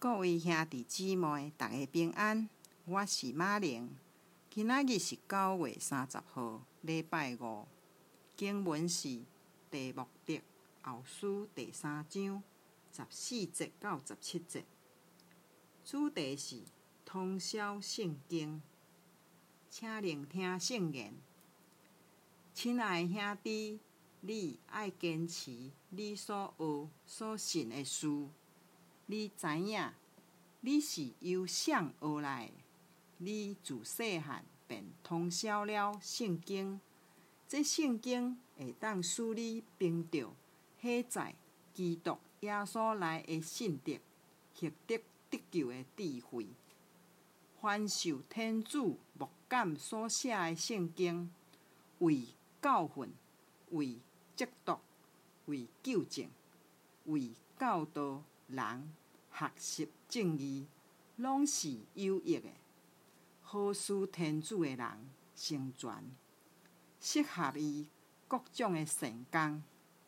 各位兄弟姊妹，大家平安。我是马玲。今仔日是9月30号，礼拜五。经文是地幕德后书第3章14节到17节。主题是通晓圣经，请聆听圣言。亲爱的兄弟，你爱坚持你所学所信的事。你知影，你是由谁学来的？你自细汉便通晓了圣经，这圣经会当使你凭着那在基督耶稣内的信德，获得得救的智慧。凡受天主牧感所写的圣经，为教训、为督督、为纠正、为教导人学习正义，拢是有益的，好使天主的人成全，适合伊各种的善工。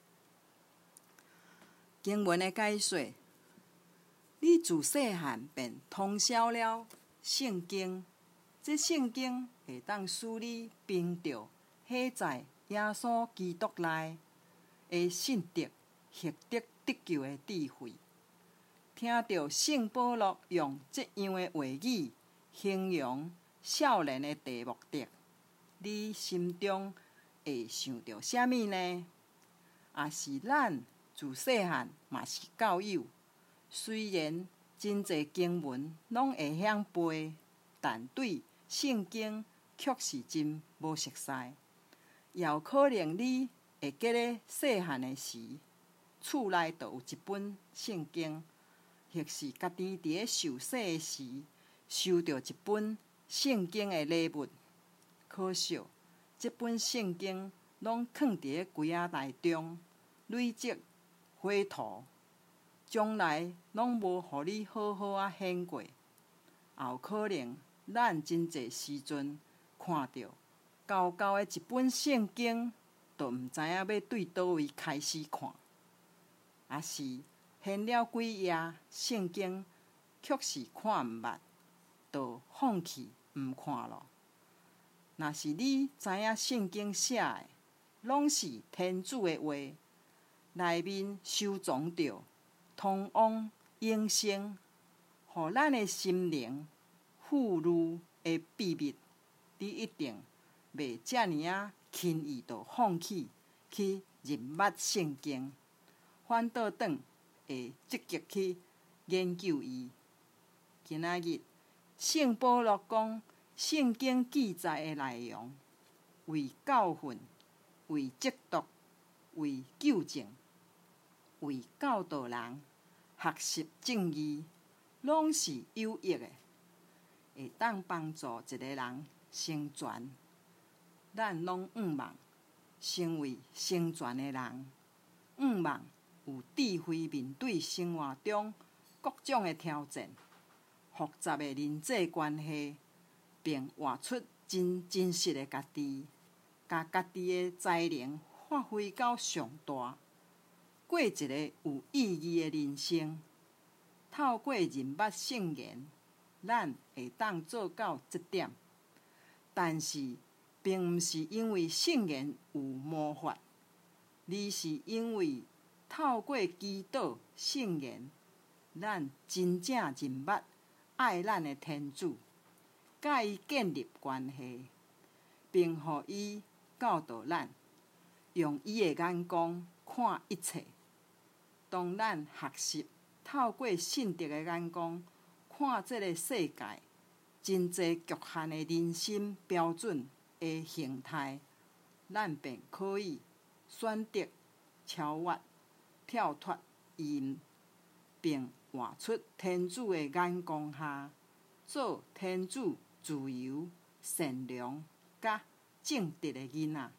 经文的解说：你自细汉便通晓了圣经，这圣经会当使你凭着那在耶稣基督内的信德，获得得救的智慧。听到圣保罗用这样的话语形容少年的地幕德，你心中会想到啥物呢？也是咱自细汉嘛是教友，虽然真侪经文拢会晓背，但对圣经却是真无熟悉。也有可能你会记咧细汉的时，厝内就有一本圣经，或是家己伫咧受洗的时，收到一本圣经的礼物。可惜这本圣经拢藏伫咧柜仔内中，累积灰土，将来拢无互你好好啊显过。也有可能咱真侪时阵看到厚厚的一本圣经，就毋知影要对倒位开始看，也是掀了几页圣经，却是看毋捌，就放弃毋看咯。若是你知影圣经写的拢是天主的话，内面收藏着通往永生，互咱的心灵富裕的秘密，你一定袂遮尔轻易就放弃去认捌圣经，反倒转会积极去研究伊。今仔日圣保罗讲，圣经记载的内容，为教训、为督督、为纠正、为教导人学习正义，拢是有益的，会当帮助一个人成全。咱拢愿望成为成全的人，愿望有智慧面对生活中各种的挑战、复杂的人际关系，并活出真实的家己，把家己的才能发挥到上大，过一个有意义的人生。透过认捌圣言，咱会当做到这点，但是并毋是因为圣言有魔法，而是因为透过祈祷圣言，咱真正认捌爱咱的天主，甲伊建立关系，并予伊教导咱，用伊的眼光看一切。当咱学习透过信德的眼光看这个世界，真侪局限的人生标准的形态，咱便可以选择超越、跳脱伊，并活出天主的眼光下，做天主自由、善良、甲正直的囡仔。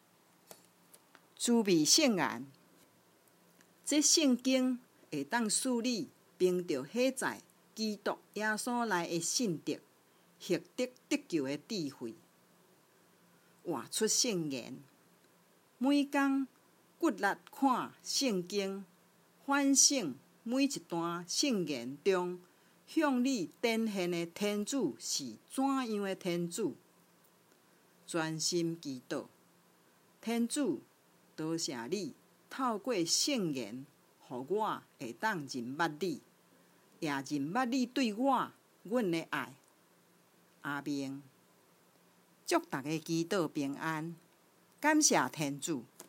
滋味圣言，这圣经会当使你凭着那在基督耶稣内的信德，获得得救的智慧。活出圣言，每天骨力看圣经，反省每一段圣言中向你展现的天主是怎样的天主。专心祈祷，天主，多谢你透过圣言，互我会当认捌你，也认捌你对我、阮的爱。阿明，祝大家祈祷平安，感谢天主。